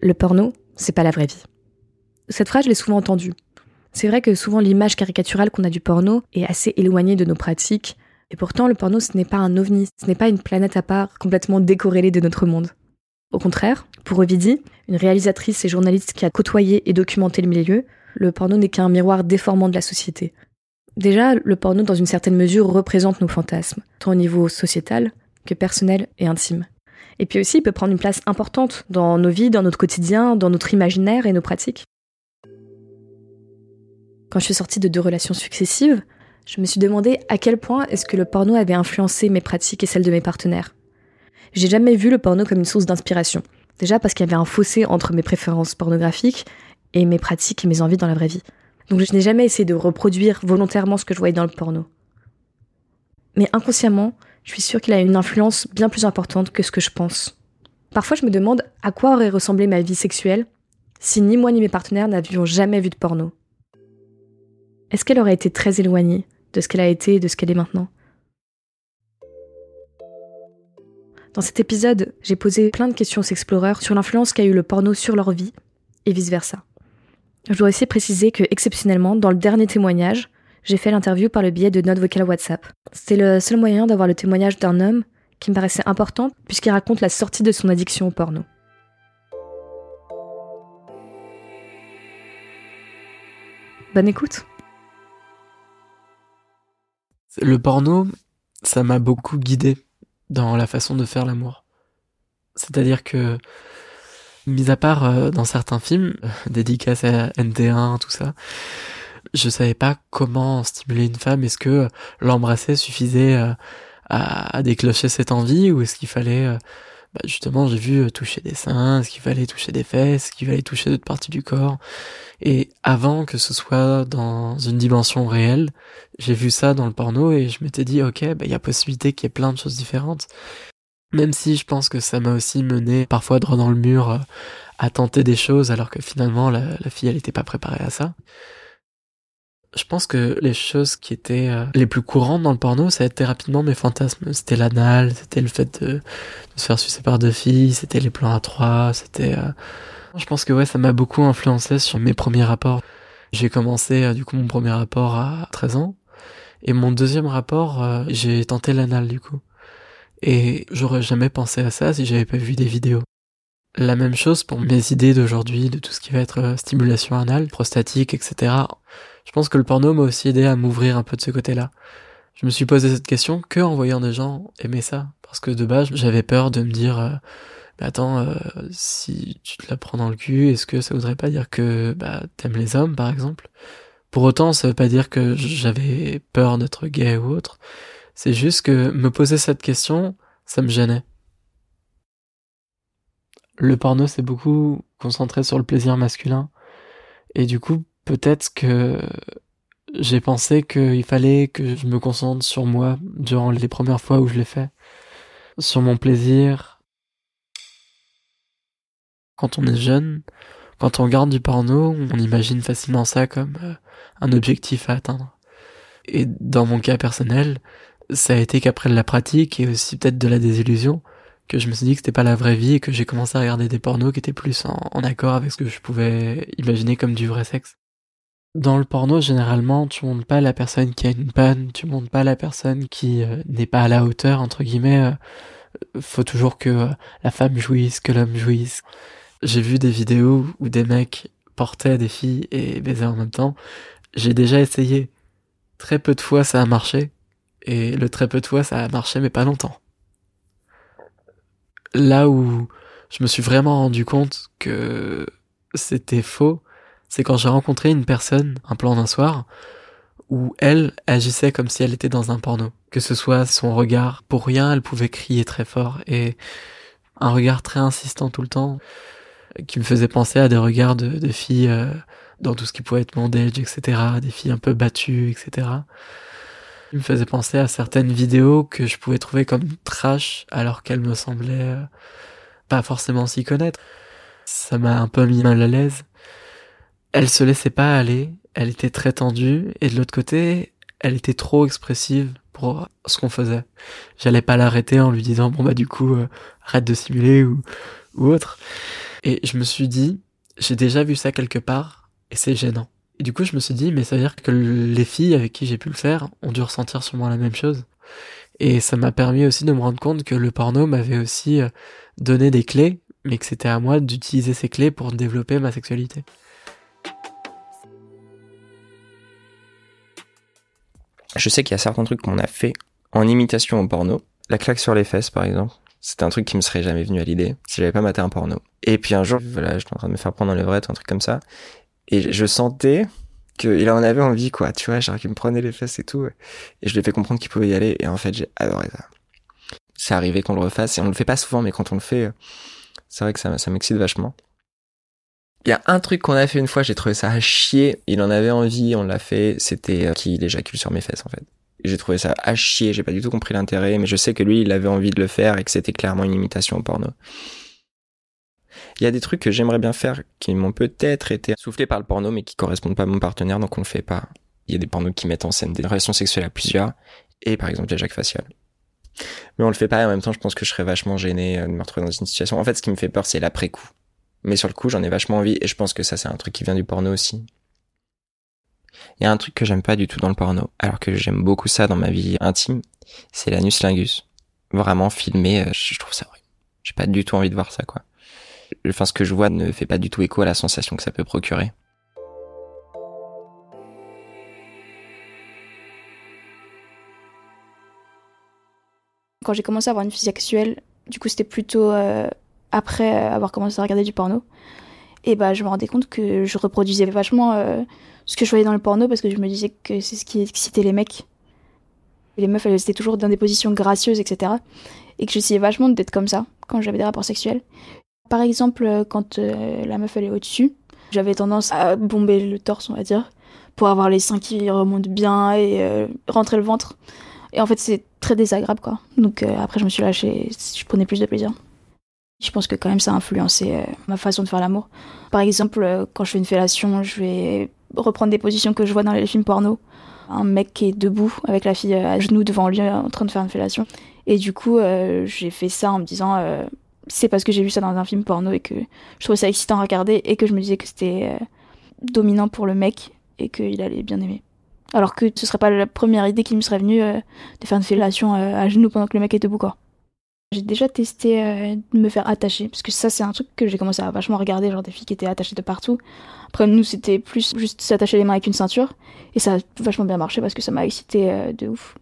Le porno, c'est pas la vraie vie. Cette phrase, je l'ai souvent entendue. C'est vrai que souvent l'image caricaturale qu'on a du porno est assez éloignée de nos pratiques, et pourtant le porno ce n'est pas un ovni, ce n'est pas une planète à part complètement décorrélée de notre monde. Au contraire, pour Ovidie, une réalisatrice et journaliste qui a côtoyé et documenté le milieu, le porno n'est qu'un miroir déformant de la société. Déjà, le porno dans une certaine mesure représente nos fantasmes, tant au niveau sociétal que personnel et intime. Et puis aussi, il peut prendre une place importante dans nos vies, dans notre quotidien, dans notre imaginaire et nos pratiques. Quand je suis sortie de 2 relations successives, je me suis demandé à quel point est-ce que le porno avait influencé mes pratiques et celles de mes partenaires. J'ai jamais vu le porno comme une source d'inspiration. Déjà parce qu'il y avait un fossé entre mes préférences pornographiques et mes pratiques et mes envies dans la vraie vie. Donc je n'ai jamais essayé de reproduire volontairement ce que je voyais dans le porno. Mais inconsciemment, je suis sûre qu'il a une influence bien plus importante que ce que je pense. Parfois je me demande à quoi aurait ressemblé ma vie sexuelle si ni moi ni mes partenaires n'avions jamais vu de porno. Est-ce qu'elle aurait été très éloignée de ce qu'elle a été et de ce qu'elle est maintenant ? Dans cet épisode, j'ai posé plein de questions aux exploreurs sur l'influence qu'a eu le porno sur leur vie et vice-versa. Je dois aussi préciser que, exceptionnellement, dans le dernier témoignage, j'ai fait l'interview par le biais de notes vocales WhatsApp. C'était le seul moyen d'avoir le témoignage d'un homme qui me paraissait important puisqu'il raconte la sortie de son addiction au porno. Bonne écoute. Le porno, ça m'a beaucoup guidé dans la façon de faire l'amour. C'est-à-dire que, mis à part dans certains films, dédicaces à NT1, tout ça, je savais pas comment stimuler une femme. Est-ce que l'embrasser suffisait à déclencher cette envie, ou est-ce qu'il fallait... justement, j'ai vu toucher des seins, est-ce qu'il fallait toucher des fesses, est-ce qu'il fallait toucher d'autres parties du corps. Et avant que ce soit dans une dimension réelle, j'ai vu ça dans le porno et je m'étais dit, ok, y a possibilité qu'il y ait plein de choses différentes. Même si je pense que ça m'a aussi mené parfois droit dans le mur à tenter des choses alors que finalement la fille elle était pas préparée à ça. Je pense que les choses qui étaient les plus courantes dans le porno, ça a été rapidement mes fantasmes. C'était l'anal, c'était le fait de se faire sucer par 2 filles, c'était les plans à 3, c'était... Je pense que ouais, ça m'a beaucoup influencé sur mes premiers rapports. J'ai commencé du coup mon premier rapport à 13 ans, et mon deuxième rapport, j'ai tenté l'anal du coup. Et j'aurais jamais pensé à ça si j'avais pas vu des vidéos. La même chose pour mes idées d'aujourd'hui, de tout ce qui va être stimulation anale, prostatique, etc. Je pense que le porno m'a aussi aidé à m'ouvrir un peu de ce côté-là. Je me suis posé cette question que en voyant des gens aimer ça. Parce que de base, j'avais peur de me dire, attends, si tu te la prends dans le cul, est-ce que ça voudrait pas dire que t'aimes les hommes, par exemple ? Pour autant, ça veut pas dire que j'avais peur d'être gay ou autre. C'est juste que me poser cette question, ça me gênait. Le porno s'est beaucoup concentré sur le plaisir masculin. Et du coup, peut-être que j'ai pensé qu'il fallait que je me concentre sur moi durant les premières fois où je l'ai fait. Sur mon plaisir. Quand on est jeune, quand on regarde du porno, on imagine facilement ça comme un objectif à atteindre. Et dans mon cas personnel, ça a été qu'après de la pratique et aussi peut-être de la désillusion, que je me suis dit que c'était pas la vraie vie et que j'ai commencé à regarder des pornos qui étaient plus en accord avec ce que je pouvais imaginer comme du vrai sexe. Dans le porno, généralement, tu montres pas la personne qui a une panne, tu montres pas la personne qui n'est pas à la hauteur, entre guillemets. Faut toujours que la femme jouisse, que l'homme jouisse. J'ai vu des vidéos où des mecs portaient des filles et baisaient en même temps. J'ai déjà essayé. Très peu de fois ça a marché. Et le très peu de fois ça a marché, mais pas longtemps. Là où je me suis vraiment rendu compte que c'était faux, c'est quand j'ai rencontré une personne, un plan d'un soir, où elle agissait comme si elle était dans un porno. Que ce soit son regard, pour rien, elle pouvait crier très fort, et un regard très insistant tout le temps, qui me faisait penser à des regards de filles dans tout ce qui pouvait être bondage, etc., des filles un peu battues, etc. Il me faisait penser à certaines vidéos que je pouvais trouver comme trash, alors qu'elles me semblaient pas forcément s'y connaître. Ça m'a un peu mis mal à l'aise. Elle se laissait pas aller, elle était très tendue, et de l'autre côté, elle était trop expressive pour ce qu'on faisait. J'allais pas l'arrêter en lui disant, du coup, arrête de simuler ou autre. Et je me suis dit, j'ai déjà vu ça quelque part, et c'est gênant. Et du coup, je me suis dit, mais ça veut dire que les filles avec qui j'ai pu le faire ont dû ressentir sûrement la même chose. Et ça m'a permis aussi de me rendre compte que le porno m'avait aussi donné des clés, mais que c'était à moi d'utiliser ces clés pour développer ma sexualité. Je sais qu'il y a certains trucs qu'on a fait en imitation au porno. La claque sur les fesses, par exemple. C'était un truc qui me serait jamais venu à l'idée si j'avais pas maté un porno. Et puis un jour, voilà, j'étais en train de me faire prendre dans le vrai, un truc comme ça. Et je sentais qu'il en avait envie, quoi. Tu vois, genre qu'il me prenait les fesses et tout. Et je lui ai fait comprendre qu'il pouvait y aller. Et en fait, j'ai adoré ça. C'est arrivé qu'on le refasse. Et on le fait pas souvent, mais quand on le fait, c'est vrai que ça m'excite vachement. Il y a un truc qu'on a fait une fois, j'ai trouvé ça à chier. Il en avait envie, on l'a fait. C'était qu'il éjacule sur mes fesses, en fait. J'ai trouvé ça à chier, j'ai pas du tout compris l'intérêt, mais je sais que lui, il avait envie de le faire et que c'était clairement une imitation au porno. Il y a des trucs que j'aimerais bien faire qui m'ont peut-être été soufflés par le porno, mais qui correspondent pas à mon partenaire, donc on le fait pas. Il y a des pornos qui mettent en scène des relations sexuelles à plusieurs, et par exemple l'éjac facial. Mais on le fait pas, et en même temps, je pense que je serais vachement gêné de me retrouver dans une situation. En fait, ce qui me fait peur, c'est l'après-coup. Mais sur le coup, j'en ai vachement envie, et je pense que ça, c'est un truc qui vient du porno aussi. Il y a un truc que j'aime pas du tout dans le porno, alors que j'aime beaucoup ça dans ma vie intime, c'est l'anus lingus. Vraiment filmé, je trouve ça horrible. J'ai pas du tout envie de voir ça, quoi. Enfin, ce que je vois ne fait pas du tout écho à la sensation que ça peut procurer. Quand j'ai commencé à avoir une vie sexuelle, du coup c'était plutôt après avoir commencé à regarder du porno. Et bah je me rendais compte que je reproduisais vachement ce que je voyais dans le porno parce que je me disais que c'est ce qui excitait les mecs. Les meufs elles étaient toujours dans des positions gracieuses, etc. Et que j'essayais vachement d'être comme ça quand j'avais des rapports sexuels. Par exemple, quand la meuf elle est au-dessus, j'avais tendance à bomber le torse, on va dire, pour avoir les seins qui remontent bien et rentrer le ventre. Et en fait c'est très désagréable, quoi. Donc après je me suis lâchée et je prenais plus de plaisir. Je pense que quand même ça a influencé ma façon de faire l'amour. Par exemple, quand je fais une fellation, je vais reprendre des positions que je vois dans les films porno. Un mec qui est debout avec la fille à genoux devant lui en train de faire une fellation. Et du coup, j'ai fait ça en me disant c'est parce que j'ai vu ça dans un film porno et que je trouvais ça excitant à regarder et que je me disais que c'était dominant pour le mec et qu'il allait bien aimer. Alors que ce serait pas la première idée qui me serait venue de faire une fellation à genoux pendant que le mec est debout, quoi. J'ai déjà testé de me faire attacher, parce que ça c'est un truc que j'ai commencé à vachement regarder, genre des filles qui étaient attachées de partout. Après nous c'était plus juste s'attacher les mains avec une ceinture, et ça a vachement bien marché parce que ça m'a excité de ouf.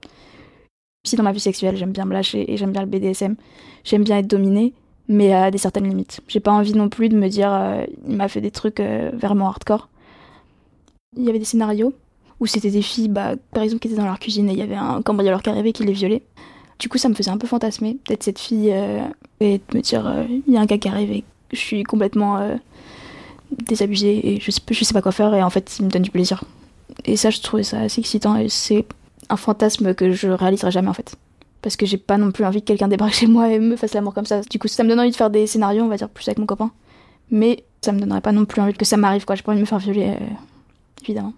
Si dans ma vie sexuelle j'aime bien me lâcher et j'aime bien le BDSM, j'aime bien être dominée, mais à des certaines limites. J'ai pas envie non plus de me dire il m'a fait des trucs vraiment hardcore. Il y avait des scénarios où c'était des filles par exemple qui étaient dans leur cuisine et il y avait un cambrioleur qui arrivait qui les violait. Du coup, ça me faisait un peu fantasmer d'être cette fille et de me dire il y a un gars qui arrive et je suis complètement désabusée et je sais pas quoi faire et en fait, il me donne du plaisir. Et ça, je trouvais ça assez excitant et c'est un fantasme que je réaliserai jamais en fait. Parce que j'ai pas non plus envie que quelqu'un débarque chez moi et me fasse l'amour comme ça. Du coup, ça me donne envie de faire des scénarios, on va dire, plus avec mon copain. Mais ça me donnerait pas non plus envie que ça m'arrive, quoi. J'ai pas envie de me faire violer, évidemment.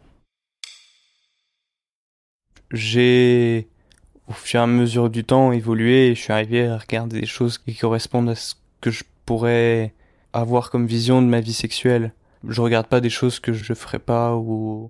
J'ai, au fur et à mesure du temps, évolué et je suis arrivé à regarder des choses qui correspondent à ce que je pourrais avoir comme vision de ma vie sexuelle. Je regarde pas des choses que je ferais pas ou...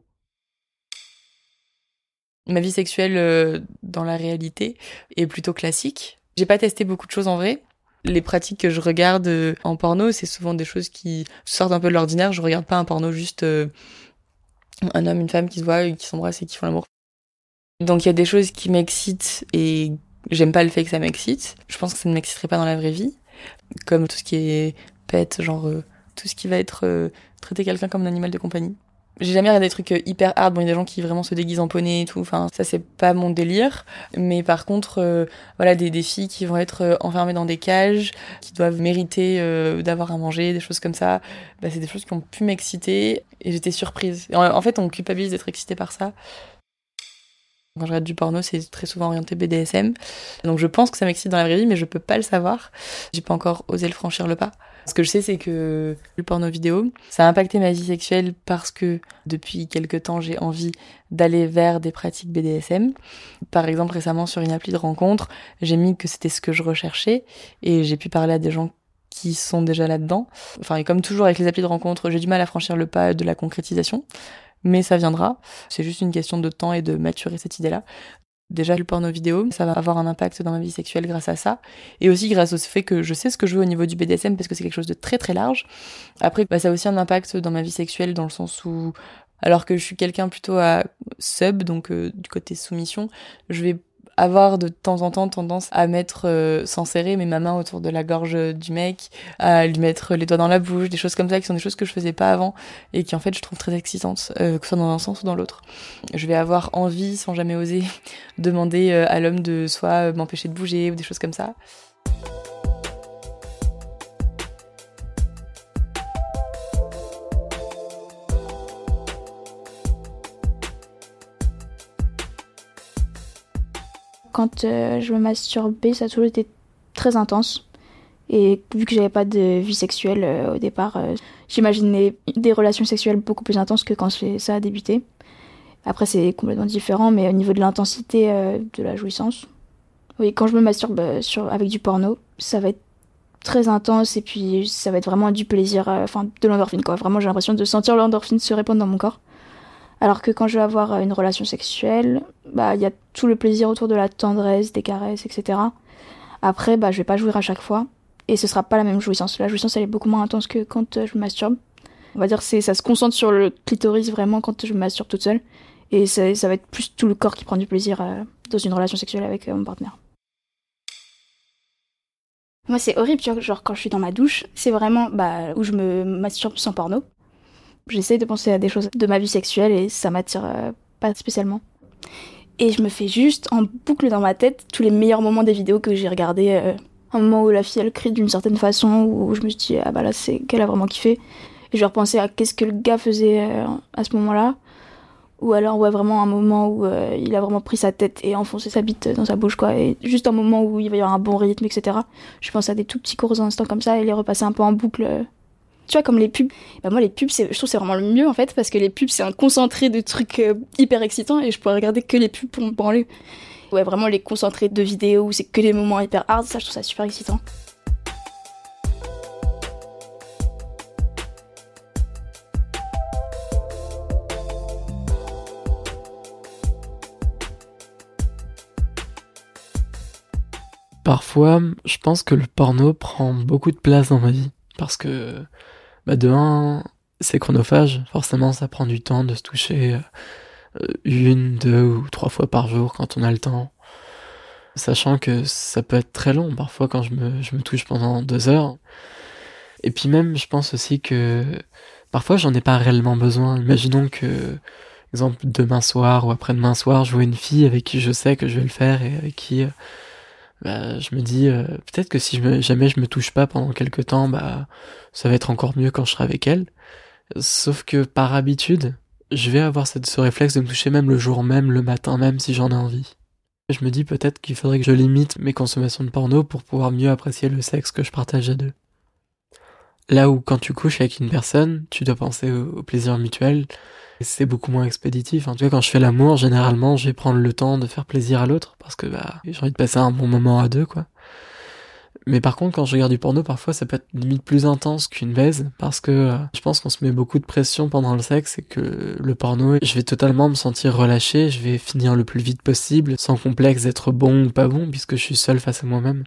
Ma vie sexuelle dans la réalité est plutôt classique. J'ai pas testé beaucoup de choses en vrai. Les pratiques que je regarde en porno, c'est souvent des choses qui sortent un peu de l'ordinaire. Je regarde pas un porno juste un homme, une femme qui se voient, qui s'embrassent et qui font l'amour. Donc il y a des choses qui m'excitent et j'aime pas le fait que ça m'excite. Je pense que ça ne m'exciterait pas dans la vraie vie. Comme tout ce qui est pet, genre tout ce qui va être traiter quelqu'un comme un animal de compagnie. J'ai jamais regardé des trucs hyper hard. Bon, il y a des gens qui vraiment se déguisent en poney et tout. Enfin, ça, c'est pas mon délire. Mais par contre, voilà, des filles qui vont être enfermées dans des cages, qui doivent mériter d'avoir à manger, des choses comme ça. Bah, c'est des choses qui ont pu m'exciter. Et j'étais surprise. Et en fait, on culpabilise d'être excité par ça. Quand je regarde du porno, c'est très souvent orienté BDSM. Donc je pense que ça m'excite dans la vraie vie, mais je peux pas le savoir. J'ai pas encore osé le franchir le pas. Ce que je sais, c'est que le porno vidéo, ça a impacté ma vie sexuelle parce que depuis quelque temps, j'ai envie d'aller vers des pratiques BDSM. Par exemple, récemment, sur une appli de rencontre, j'ai mis que c'était ce que je recherchais et j'ai pu parler à des gens qui sont déjà là-dedans. Enfin, et comme toujours avec les applis de rencontre, j'ai du mal à franchir le pas de la concrétisation, mais ça viendra. C'est juste une question de temps et de maturer cette idée-là. Déjà, le porno vidéo, ça va avoir un impact dans ma vie sexuelle grâce à ça. Et aussi grâce au fait que je sais ce que je veux au niveau du BDSM parce que c'est quelque chose de très très large. Après, ça a aussi un impact dans ma vie sexuelle dans le sens où, alors que je suis quelqu'un plutôt à sub, donc du côté soumission, je vais avoir de temps en temps tendance à mettre, sans serrer, mais ma main autour de la gorge du mec, à lui mettre les doigts dans la bouche, des choses comme ça qui sont des choses que je faisais pas avant et qui en fait je trouve très excitantes, que ce soit dans un sens ou dans l'autre. Je vais avoir envie, sans jamais oser, demander à l'homme de soit m'empêcher de bouger ou des choses comme ça. Quand je me masturbais, ça a toujours été très intense. Et vu que j'avais pas de vie sexuelle au départ, j'imaginais des relations sexuelles beaucoup plus intenses que quand ça a débuté. Après, c'est complètement différent, mais au niveau de l'intensité de la jouissance. Oui, quand je me masturbe avec du porno, ça va être très intense et puis ça va être vraiment du plaisir, de l'endorphine, quoi. Vraiment, j'ai l'impression de sentir l'endorphine se répandre dans mon corps. Alors que quand je vais avoir une relation sexuelle, il y a tout le plaisir autour de la tendresse, des caresses, etc. Après, je vais pas jouir à chaque fois. Et ce sera pas la même jouissance. La jouissance, elle est beaucoup moins intense que quand je me masturbe. On va dire ça se concentre sur le clitoris vraiment quand je me masturbe toute seule. Et ça va être plus tout le corps qui prend du plaisir dans une relation sexuelle avec mon partenaire. Moi, c'est horrible, tu vois, genre quand je suis dans ma douche, c'est vraiment où je me masturbe sans porno. J'essaie de penser à des choses de ma vie sexuelle et ça m'attire pas spécialement. Et je me fais juste en boucle dans ma tête tous les meilleurs moments des vidéos que j'ai regardées. Un moment où la fille elle crie d'une certaine façon, où je me suis dit là c'est qu'elle a vraiment kiffé. Et je vais repenser à qu'est-ce que le gars faisait à ce moment-là. Ou alors vraiment un moment où il a vraiment pris sa tête et enfoncé sa bite dans sa bouche, quoi. Et juste un moment où il va y avoir un bon rythme, etc. Je pense à des tout petits courts instants comme ça et les repasser un peu en boucle. Tu vois, comme les pubs. Moi, les pubs, je trouve que c'est vraiment le mieux, en fait, parce que les pubs, c'est un concentré de trucs hyper excitants et je pourrais regarder que les pubs pour me branler. Ouais, vraiment les concentrés de vidéos où c'est que des moments hyper hard, ça, je trouve ça super excitant. Parfois, je pense que le porno prend beaucoup de place dans ma vie. Parce que, de un, c'est chronophage. Forcément, ça prend du temps de se toucher 1, 2 ou 3 fois par jour quand on a le temps. Sachant que ça peut être très long, parfois, quand je me touche pendant 2 heures. Et puis même, je pense aussi que parfois, j'en ai pas réellement besoin. Imaginons que, exemple, demain soir ou après-demain soir, je vois une fille avec qui je sais que je vais le faire et avec qui... je me dis peut-être que si jamais je me touche pas pendant quelques temps, ça va être encore mieux quand je serai avec elle. Sauf que par habitude, je vais avoir ce réflexe de me toucher même le jour même, le matin même si j'en ai envie. Et je me dis peut-être qu'il faudrait que je limite mes consommations de porno pour pouvoir mieux apprécier le sexe que je partage à deux. Là où quand tu couches avec une personne, tu dois penser au plaisir mutuel. C'est beaucoup moins expéditif. En tout cas, quand je fais l'amour, généralement, je vais prendre le temps de faire plaisir à l'autre parce que j'ai envie de passer un bon moment à deux, quoi. Mais par contre, quand je regarde du porno, parfois, ça peut être limite plus intense qu'une baise parce que je pense qu'on se met beaucoup de pression pendant le sexe et que le porno, je vais totalement me sentir relâché, je vais finir le plus vite possible, sans complexe d'être bon ou pas bon puisque je suis seul face à moi-même.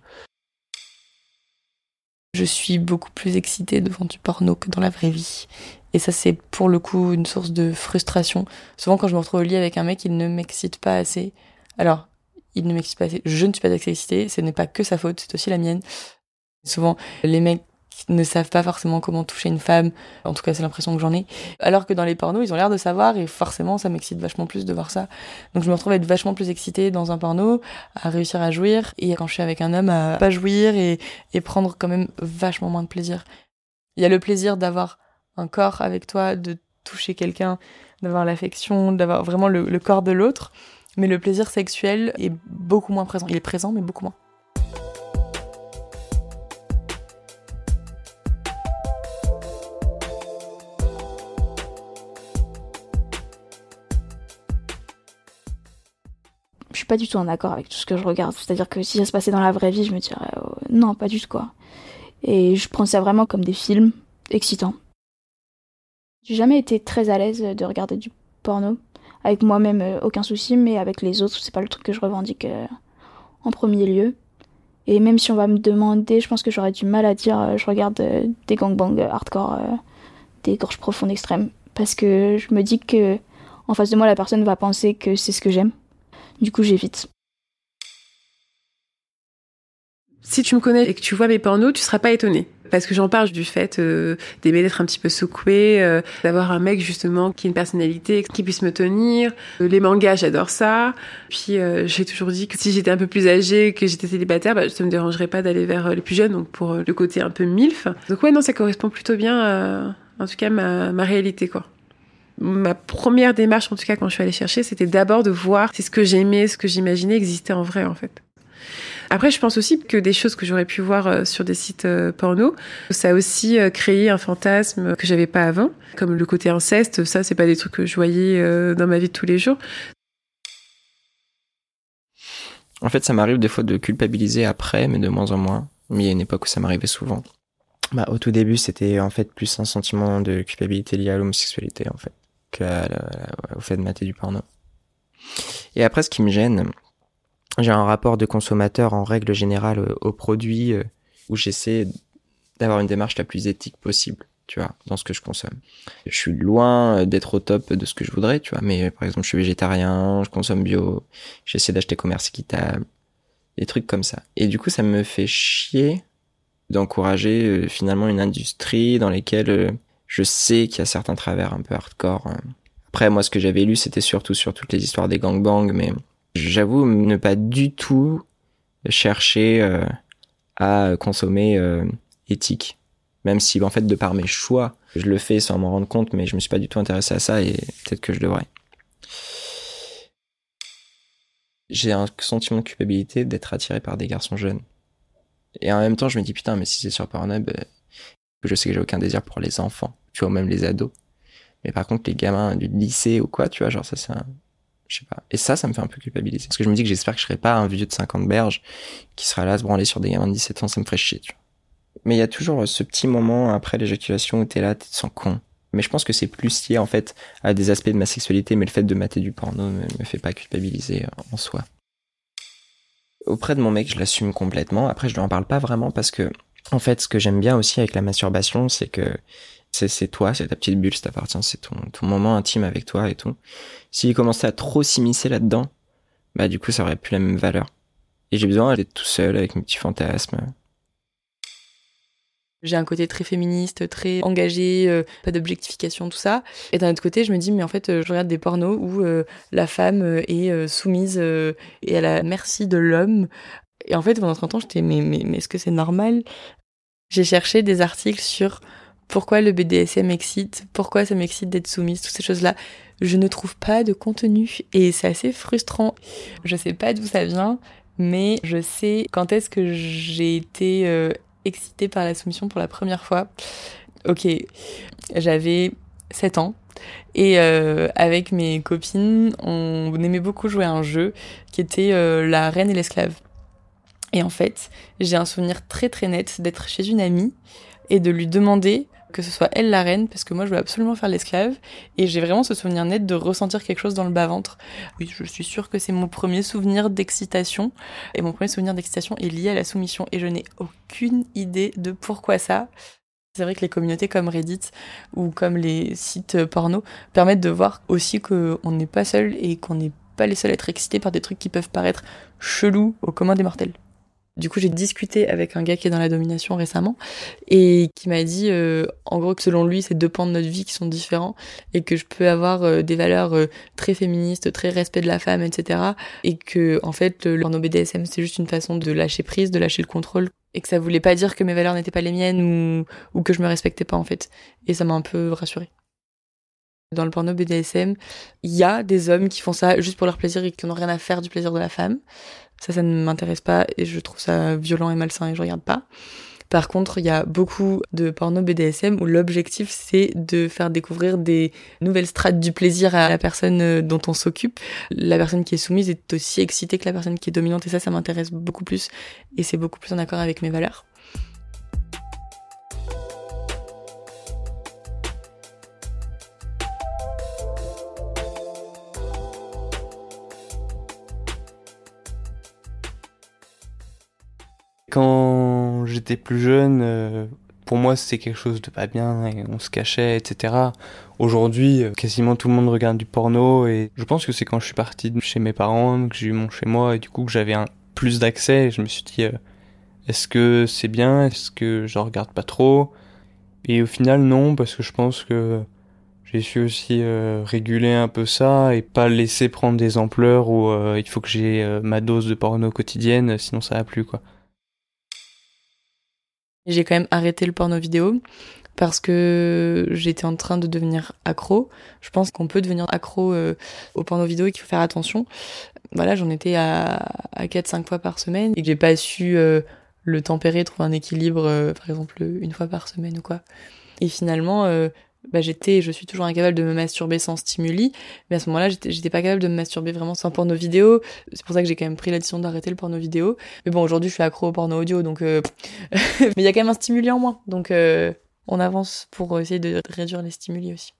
Je suis beaucoup plus excitée devant du porno que dans la vraie vie. Et ça, c'est pour le coup une source de frustration. Souvent, quand je me retrouve au lit avec un mec, il ne m'excite pas assez. Alors, il ne m'excite pas assez. Je ne suis pas assez excitée. Ce n'est pas que sa faute, c'est aussi la mienne. Souvent, les mecs ne savent pas forcément comment toucher une femme. En tout cas, c'est l'impression que j'en ai. Alors que dans les pornos, ils ont l'air de savoir et forcément, ça m'excite vachement plus de voir ça. Donc, je me retrouve à être vachement plus excitée dans un porno, à réussir à jouir. Et quand je suis avec un homme, à pas jouir et prendre quand même vachement moins de plaisir. Il y a le plaisir d'avoir un corps avec toi, de toucher quelqu'un, d'avoir l'affection, d'avoir vraiment le corps de l'autre. Mais le plaisir sexuel est beaucoup moins présent. Il est présent, mais beaucoup moins. Je suis pas du tout en accord avec tout ce que je regarde. C'est-à-dire que si ça se passait dans la vraie vie, je me dirais non, pas du tout, quoi. Et je prends ça vraiment comme des films excitants. J'ai jamais été très à l'aise de regarder du porno. Avec moi-même, aucun souci, mais avec les autres, c'est pas le truc que je revendique en premier lieu. Et même si on va me demander, je pense que j'aurais du mal à dire je regarde des gangbangs hardcore, des gorges profondes extrêmes. Parce que je me dis que en face de moi, la personne va penser que c'est ce que j'aime. Du coup, j'évite. Si tu me connais et que tu vois mes pornos, tu seras pas étonné. Parce que j'en parle du fait d'aimer d'être un petit peu secoué, d'avoir un mec justement qui a une personnalité, qui puisse me tenir. Les mangas, j'adore ça. Puis j'ai toujours dit que si j'étais un peu plus âgée, que j'étais célibataire, ça me dérangerait pas d'aller vers les plus jeunes, donc pour le côté un peu milf. Donc ouais, non, ça correspond plutôt bien à, en tout cas, ma réalité, quoi. Ma première démarche, en tout cas, quand je suis allée chercher, c'était d'abord de voir si ce que j'aimais, ce que j'imaginais existait en vrai, en fait. Après, je pense aussi que des choses que j'aurais pu voir sur des sites porno, ça a aussi créé un fantasme que j'avais pas avant, comme le côté inceste. Ça, c'est pas des trucs que je voyais dans ma vie de tous les jours. En fait, ça m'arrive des fois de culpabiliser après, mais de moins en moins. Mais il y a une époque où ça m'arrivait souvent. Au tout début, c'était en fait plus un sentiment de culpabilité lié à l'homosexualité, en fait, qu'au fait de mater du porno. Et après, ce qui me gêne, j'ai un rapport de consommateur en règle générale aux produits où j'essaie d'avoir une démarche la plus éthique possible, tu vois, dans ce que je consomme. Je suis loin d'être au top de ce que je voudrais, tu vois, mais par exemple, je suis végétarien, je consomme bio, j'essaie d'acheter commerce équitable, des trucs comme ça. Et du coup, ça me fait chier d'encourager finalement une industrie dans laquelle je sais qu'il y a certains travers un peu hardcore. Après, moi, ce que j'avais lu, c'était surtout sur toutes les histoires des gangbangs, mais j'avoue ne pas du tout chercher à consommer éthique. Même si, en fait, de par mes choix, je le fais sans m'en rendre compte, mais je me suis pas du tout intéressé à ça et peut-être que je devrais. J'ai un sentiment de culpabilité d'être attiré par des garçons jeunes. Et en même temps, je me dis, putain, mais si c'est sur Pornhub, je sais que j'ai aucun désir pour les enfants, tu vois, ou même les ados. Mais par contre, les gamins du lycée ou quoi, tu vois, genre ça, c'est un... Je sais pas. Et ça me fait un peu culpabiliser. Parce que je me dis que j'espère que je serai pas un vieux de 50 berges qui sera là à se branler sur des gamins de 17 ans, ça me ferait chier, tu vois. Mais il y a toujours ce petit moment après l'éjaculation où t'es là, tu te sens con. Mais je pense que c'est plus lié, en fait, à des aspects de ma sexualité, mais le fait de mater du porno me fait pas culpabiliser en soi. Auprès de mon mec, je l'assume complètement. Après, je lui en parle pas vraiment parce que, en fait, ce que j'aime bien aussi avec la masturbation, c'est que c'est toi, c'est ta petite bulle, ça t'appartient, c'est ton moment intime avec toi et tout. S'il commençait à trop s'immiscer là-dedans, du coup, ça aurait plus la même valeur. Et j'ai besoin d'être tout seul avec mes petits fantasmes. J'ai un côté très féministe, très engagé, pas d'objectification, tout ça. Et d'un autre côté, je me dis, mais en fait, je regarde des pornos où la femme est soumise et à la merci de l'homme. Et en fait, pendant 30 ans, j'étais, mais est-ce que c'est normal ? J'ai cherché des articles sur pourquoi le BDSM m'excite, pourquoi ça m'excite d'être soumise, toutes ces choses-là. Je ne trouve pas de contenu et c'est assez frustrant. Je sais pas d'où ça vient, mais je sais quand est-ce que j'ai été excitée par la soumission pour la première fois. Ok, j'avais 7 ans et avec mes copines, on aimait beaucoup jouer à un jeu qui était la reine et l'esclave. Et en fait, j'ai un souvenir très très net d'être chez une amie et de lui demander que ce soit elle la reine, parce que moi je voulais absolument faire l'esclave, et j'ai vraiment ce souvenir net de ressentir quelque chose dans le bas-ventre. Oui, je suis sûre que c'est mon premier souvenir d'excitation, et mon premier souvenir d'excitation est lié à la soumission, et je n'ai aucune idée de pourquoi ça. C'est vrai que les communautés comme Reddit ou comme les sites porno permettent de voir aussi qu'on n'est pas seul et qu'on n'est pas les seuls à être excités par des trucs qui peuvent paraître chelous au commun des mortels. Du coup, j'ai discuté avec un gars qui est dans la domination récemment et qui m'a dit, en gros, que selon lui, c'est 2 pans de notre vie qui sont différents et que je peux avoir des valeurs très féministes, très respect de la femme, etc. Et que, en fait, le porno BDSM, c'est juste une façon de lâcher prise, de lâcher le contrôle et que ça voulait pas dire que mes valeurs n'étaient pas les miennes ou que je me respectais pas, en fait. Et ça m'a un peu rassurée. Dans le porno BDSM, il y a des hommes qui font ça juste pour leur plaisir et qui n'ont rien à faire du plaisir de la femme. Ça ne m'intéresse pas et je trouve ça violent et malsain et je regarde pas. Par contre, il y a beaucoup de porno BDSM où l'objectif c'est de faire découvrir des nouvelles strates du plaisir à la personne dont on s'occupe. La personne qui est soumise est aussi excitée que la personne qui est dominante et ça m'intéresse beaucoup plus et c'est beaucoup plus en accord avec mes valeurs. Quand j'étais plus jeune, pour moi c'était quelque chose de pas bien et on se cachait, etc. Aujourd'hui, quasiment tout le monde regarde du porno et je pense que c'est quand je suis parti de chez mes parents, que j'ai eu mon chez moi et du coup que j'avais plus d'accès et je me suis dit est-ce que c'est bien, est-ce que je regarde pas trop? Et au final non, parce que je pense que j'ai su aussi réguler un peu ça et pas laisser prendre des ampleurs où il faut que j'ai ma dose de porno quotidienne, sinon ça va plus quoi. J'ai quand même arrêté le porno vidéo parce que j'étais en train de devenir accro. Je pense qu'on peut devenir accro au porno vidéo et qu'il faut faire attention. Voilà, j'en étais à 4-5 fois par semaine et que j'ai pas su le tempérer, trouver un équilibre, par exemple une fois par semaine ou quoi. Et finalement, je suis toujours incapable de me masturber sans stimuli, mais à ce moment-là, j'étais pas capable de me masturber vraiment sans porno vidéo. C'est pour ça que j'ai quand même pris la décision d'arrêter le porno vidéo. Mais bon, aujourd'hui, je suis accro au porno audio, donc mais il y a quand même un stimuli en moins, donc on avance pour essayer de réduire les stimuli aussi.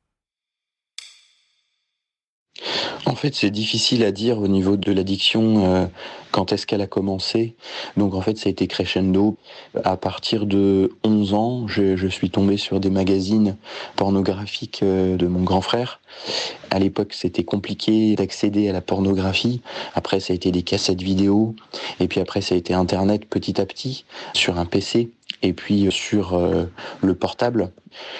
En fait, c'est difficile à dire au niveau de l'addiction, quand est-ce qu'elle a commencé. Donc en fait, ça a été crescendo. À partir de 11 ans, je suis tombé sur des magazines pornographiques de mon grand frère. À l'époque, c'était compliqué d'accéder à la pornographie. Après, ça a été des cassettes vidéo. Et puis après, ça a été Internet petit à petit, sur un PC. Et puis sur le portable.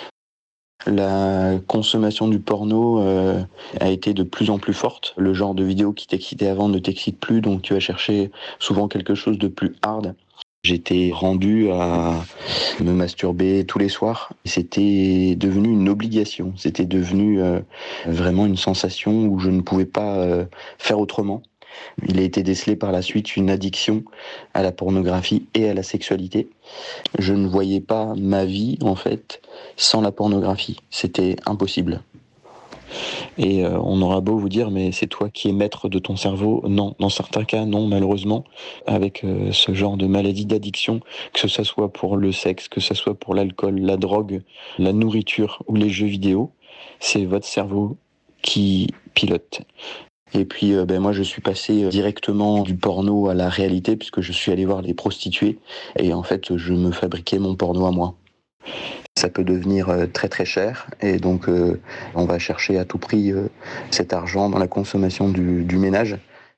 La consommation du porno a été de plus en plus forte. Le genre de vidéo qui t'excitait avant ne t'excite plus, donc tu vas chercher souvent quelque chose de plus hard. J'étais rendu à me masturber tous les soirs. C'était devenu une obligation. C'était devenu vraiment une sensation où je ne pouvais pas faire autrement. Il a été décelé par la suite une addiction à la pornographie et à la sexualité. Je ne voyais pas ma vie, en fait, sans la pornographie. C'était impossible. Et on aura beau vous dire, mais c'est toi qui es maître de ton cerveau. Non, dans certains cas, non, malheureusement. Avec ce genre de maladie d'addiction, que ce soit pour le sexe, que ce soit pour l'alcool, la drogue, la nourriture ou les jeux vidéo, c'est votre cerveau qui pilote. Et puis moi je suis passé directement du porno à la réalité puisque je suis allé voir les prostituées et en fait je me fabriquais mon porno à moi. Ça peut devenir très très cher et donc on va chercher à tout prix cet argent dans la consommation du ménage.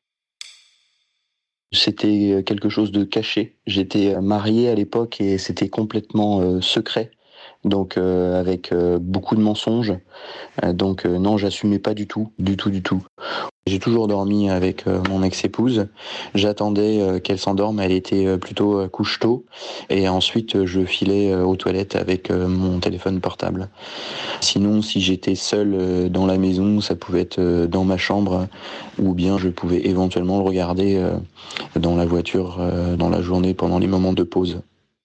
C'était quelque chose de caché. J'étais marié à l'époque et c'était complètement secret. Donc avec beaucoup de mensonges. Donc non, j'assumais pas du tout. J'ai toujours dormi avec mon ex-épouse. J'attendais qu'elle s'endorme, elle était plutôt couche-tôt. Et ensuite, je filais aux toilettes avec mon téléphone portable. Sinon, si j'étais seul dans la maison, ça pouvait être dans ma chambre, ou bien je pouvais éventuellement le regarder dans la voiture, dans la journée, pendant les moments de pause.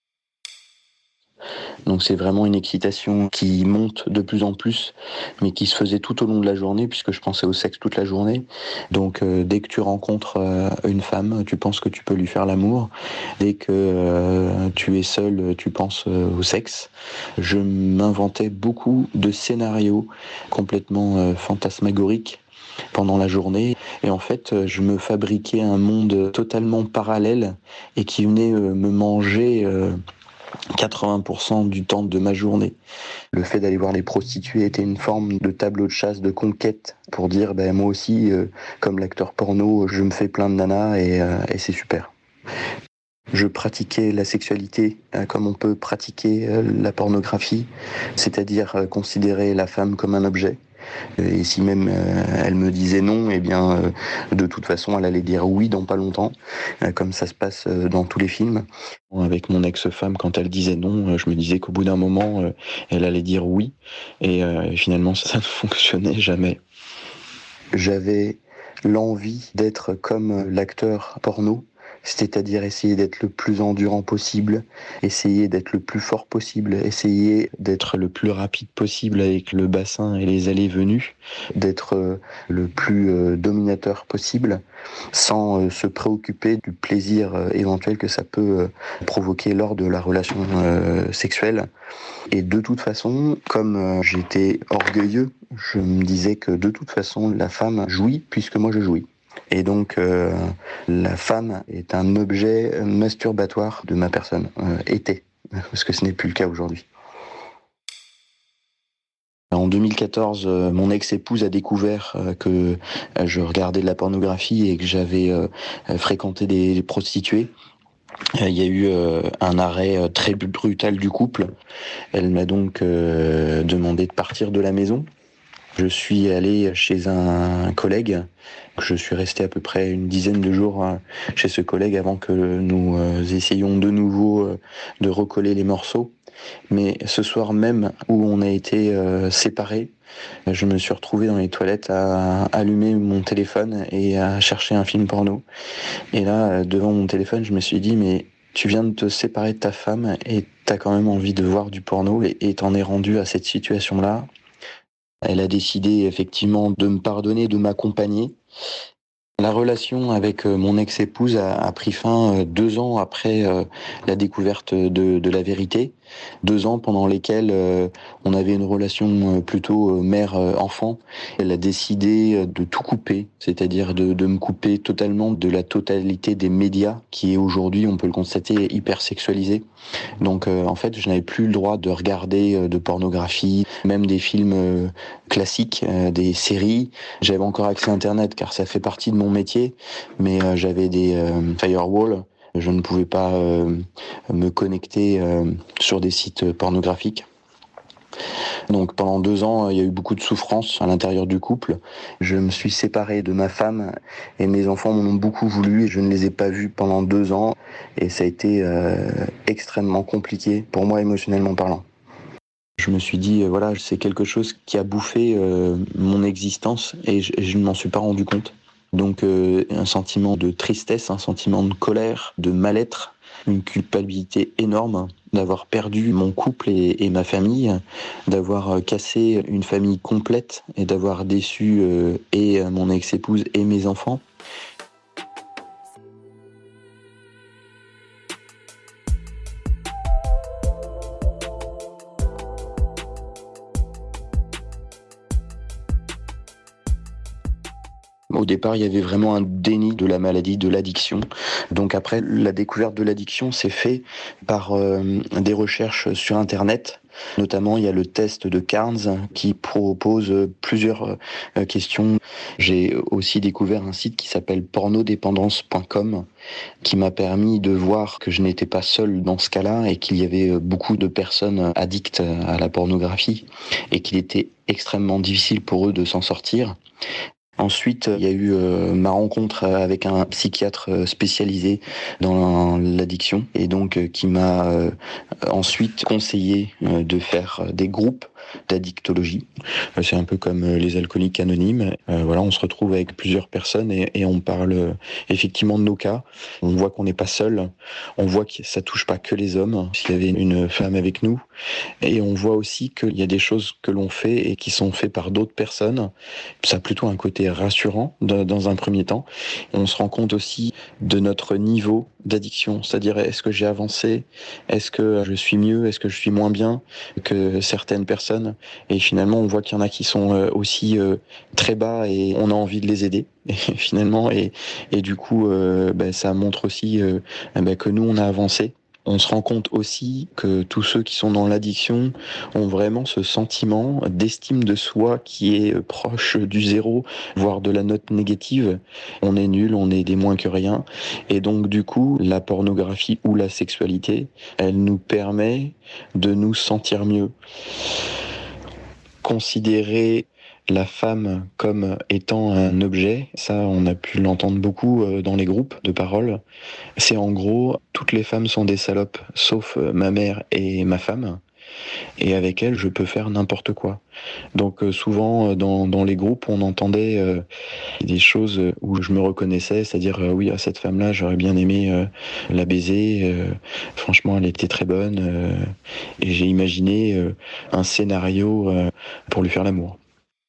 Donc c'est vraiment une excitation qui monte de plus en plus, mais qui se faisait tout au long de la journée, puisque je pensais au sexe toute la journée. Donc dès que tu rencontres une femme, tu penses que tu peux lui faire l'amour. Dès que tu es seul, tu penses au sexe. Je m'inventais beaucoup de scénarios complètement fantasmagoriques pendant la journée. Et en fait, je me fabriquais un monde totalement parallèle et qui venait me manger 80% du temps de ma journée. Le fait d'aller voir les prostituées était une forme de tableau de chasse, de conquête, pour dire moi aussi, comme l'acteur porno, je me fais plein de nanas et c'est super. Je pratiquais la sexualité comme on peut pratiquer la pornographie, c'est-à-dire considérer la femme comme un objet. Et si même elle me disait non, de toute façon elle allait dire oui dans pas longtemps, comme ça se passe dans tous les films. Avec mon ex-femme, quand elle disait non, je me disais qu'au bout d'un moment elle allait dire oui, et finalement ça ne fonctionnait jamais. J'avais l'envie d'être comme l'acteur porno, c'est-à-dire essayer d'être le plus endurant possible, essayer d'être le plus fort possible, essayer d'être le plus rapide possible avec le bassin et les allées-venues, d'être le plus dominateur possible, sans se préoccuper du plaisir éventuel que ça peut provoquer lors de la relation sexuelle. Et de toute façon, comme j'étais orgueilleux, je me disais que de toute façon, la femme jouit puisque moi je jouis. Et donc, la femme est un objet masturbatoire de ma personne. Était, parce que ce n'est plus le cas aujourd'hui. En 2014, mon ex-épouse a découvert que je regardais de la pornographie et que j'avais fréquenté des prostituées. Il y a eu un arrêt très brutal du couple. Elle m'a donc demandé de partir de la maison. Je suis allé chez un collègue. Je suis resté à peu près une dizaine de jours chez ce collègue avant que nous essayions de nouveau de recoller les morceaux. Mais ce soir même où on a été séparés, je me suis retrouvé dans les toilettes à allumer mon téléphone et à chercher un film porno. Et là, devant mon téléphone, je me suis dit, mais tu viens de te séparer de ta femme et t'as quand même envie de voir du porno et t'en es rendu à cette situation-là. Elle a décidé effectivement de me pardonner, de m'accompagner. La relation avec mon ex-épouse a pris fin 2 ans après la découverte de la vérité. 2 ans pendant lesquels on avait une relation plutôt mère-enfant. Elle a décidé de tout couper, c'est-à-dire de me couper totalement de la totalité des médias qui est aujourd'hui, on peut le constater, hyper sexualisé. Donc en fait, je n'avais plus le droit de regarder de pornographie, même des films classiques, des séries. J'avais encore accès à Internet car ça fait partie de mon métier, mais j'avais des firewalls. Je ne pouvais pas me connecter sur des sites pornographiques. Donc pendant 2 ans, il y a eu beaucoup de souffrance à l'intérieur du couple. Je me suis séparé de ma femme et mes enfants m'en ont beaucoup voulu et je ne les ai pas vus pendant 2 ans. Et ça a été extrêmement compliqué pour moi émotionnellement parlant. Je me suis dit, voilà, c'est quelque chose qui a bouffé mon existence et je ne m'en suis pas rendu compte. Donc un sentiment de tristesse, un sentiment de colère, de mal-être, une culpabilité énorme d'avoir perdu mon couple et ma famille, d'avoir cassé une famille complète et d'avoir déçu et mon ex-épouse et mes enfants. Au départ, il y avait vraiment un déni de la maladie, de l'addiction. Donc après, la découverte de l'addiction s'est fait par des recherches sur Internet. Notamment, il y a le test de Carnes qui propose plusieurs questions. J'ai aussi découvert un site qui s'appelle pornodépendance.com qui m'a permis de voir que je n'étais pas seul dans ce cas-là et qu'il y avait beaucoup de personnes addictes à la pornographie et qu'il était extrêmement difficile pour eux de s'en sortir. Ensuite, il y a eu ma rencontre avec un psychiatre spécialisé dans l'addiction et donc qui m'a ensuite conseillé de faire des groupes d'addictologie. C'est un peu comme les alcooliques anonymes. Voilà, on se retrouve avec plusieurs personnes et on parle effectivement de nos cas. On voit qu'on n'est pas seul. On voit que ça touche pas que les hommes. S'il y avait une femme avec nous, et on voit aussi qu'il y a des choses que l'on fait et qui sont faites par d'autres personnes. Ça a plutôt un côté rassurant dans un premier temps. On se rend compte aussi de notre niveau d'addiction, c'est-à-dire est-ce que j'ai avancé, est-ce que je suis mieux, est-ce que je suis moins bien que certaines personnes, et finalement on voit qu'il y en a qui sont aussi très bas et on a envie de les aider et finalement et du coup ça montre aussi que nous on a avancé. On se rend compte aussi que tous ceux qui sont dans l'addiction ont vraiment ce sentiment d'estime de soi qui est proche du 0, voire de la note négative. On est nul, on est des moins que rien. Et donc du coup, la pornographie ou la sexualité, elle nous permet de nous sentir mieux. Considérer la femme comme étant un objet, ça on a pu l'entendre beaucoup dans les groupes de parole. C'est en gros, toutes les femmes sont des salopes, sauf ma mère et ma femme. Et avec elles, je peux faire n'importe quoi. Donc souvent, dans les groupes, on entendait des choses où je me reconnaissais, c'est-à-dire oui, à cette femme-là, j'aurais bien aimé la baiser. Franchement, elle était très bonne. Et j'ai imaginé un scénario pour lui faire l'amour.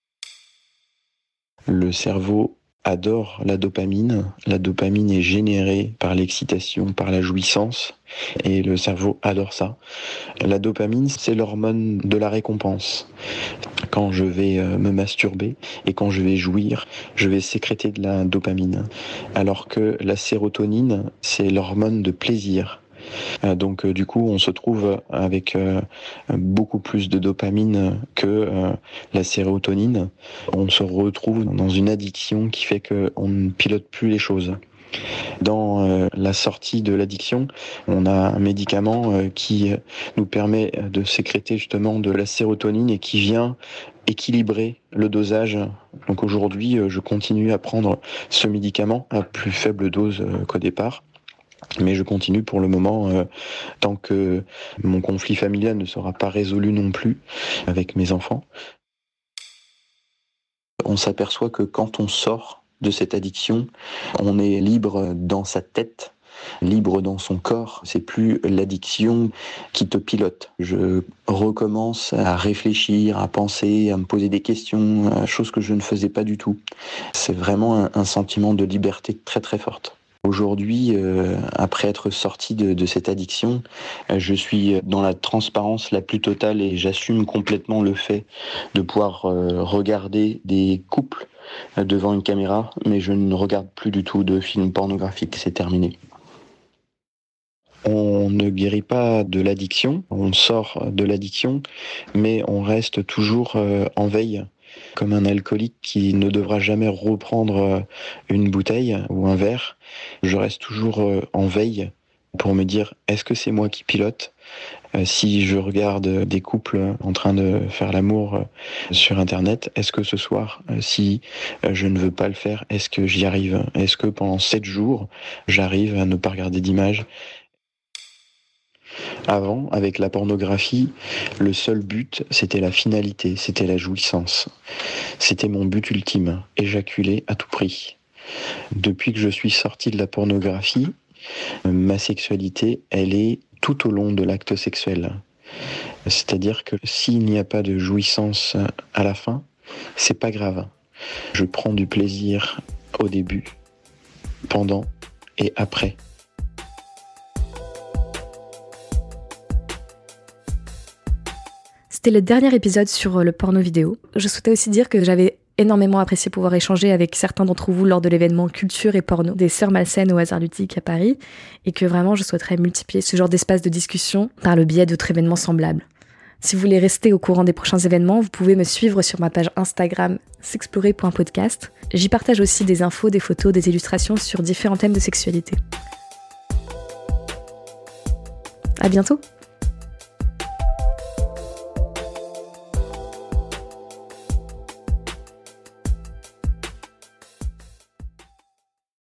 Le cerveau adore la dopamine. La dopamine est générée par l'excitation, par la jouissance, et le cerveau adore ça. La dopamine, c'est l'hormone de la récompense. quand je vais me masturber et quand je vais jouir, je vais sécréter de la dopamine. Alors que la sérotonine, c'est l'hormone de plaisir. Donc du coup, on se trouve avec beaucoup plus de dopamine que la sérotonine. On se retrouve dans une addiction qui fait qu'on ne pilote plus les choses. Dans la sortie de l'addiction, on a un médicament qui nous permet de sécréter justement de la sérotonine et qui vient équilibrer le dosage. Donc aujourd'hui, je continue à prendre ce médicament à plus faible dose qu'au départ. Mais je continue pour le moment tant que mon conflit familial ne sera pas résolu non plus avec mes enfants. On s'aperçoit que quand on sort de cette addiction, on est libre dans sa tête, libre dans son corps. C'est plus l'addiction qui te pilote. Je recommence à réfléchir, à penser, à me poser des questions, chose que je ne faisais pas du tout. C'est vraiment un sentiment de liberté très très forte. Aujourd'hui, après être sorti de cette addiction, je suis dans la transparence la plus totale et j'assume complètement le fait de pouvoir regarder des couples devant une caméra, mais je ne regarde plus du tout de films pornographiques, c'est terminé. On ne guérit pas de l'addiction, on sort de l'addiction, mais on reste toujours en veille. Comme un alcoolique qui ne devra jamais reprendre une bouteille ou un verre, je reste toujours en veille pour me dire, est-ce que c'est moi qui pilote ? Si je regarde des couples en train de faire l'amour sur Internet, est-ce que ce soir, si je ne veux pas le faire, est-ce que j'y arrive ? Est-ce que pendant 7 jours, j'arrive à ne pas regarder d'images ? Avant, avec la pornographie, le seul but, c'était la finalité, c'était la jouissance. C'était mon but ultime, éjaculer à tout prix. Depuis que je suis sorti de la pornographie, ma sexualité, elle est tout au long de l'acte sexuel. C'est-à-dire que s'il n'y a pas de jouissance à la fin, c'est pas grave. Je prends du plaisir au début, pendant et après. C'était le dernier épisode sur le porno vidéo. Je souhaitais aussi dire que j'avais énormément apprécié pouvoir échanger avec certains d'entre vous lors de l'événement Culture et Porno des Sœurs Malsaines au Hasard Ludique à Paris, et que vraiment je souhaiterais multiplier ce genre d'espace de discussion par le biais d'autres événements semblables. Si vous voulez rester au courant des prochains événements, vous pouvez me suivre sur ma page Instagram s'explorer.podcast. J'y partage aussi des infos, des photos, des illustrations sur différents thèmes de sexualité. À bientôt!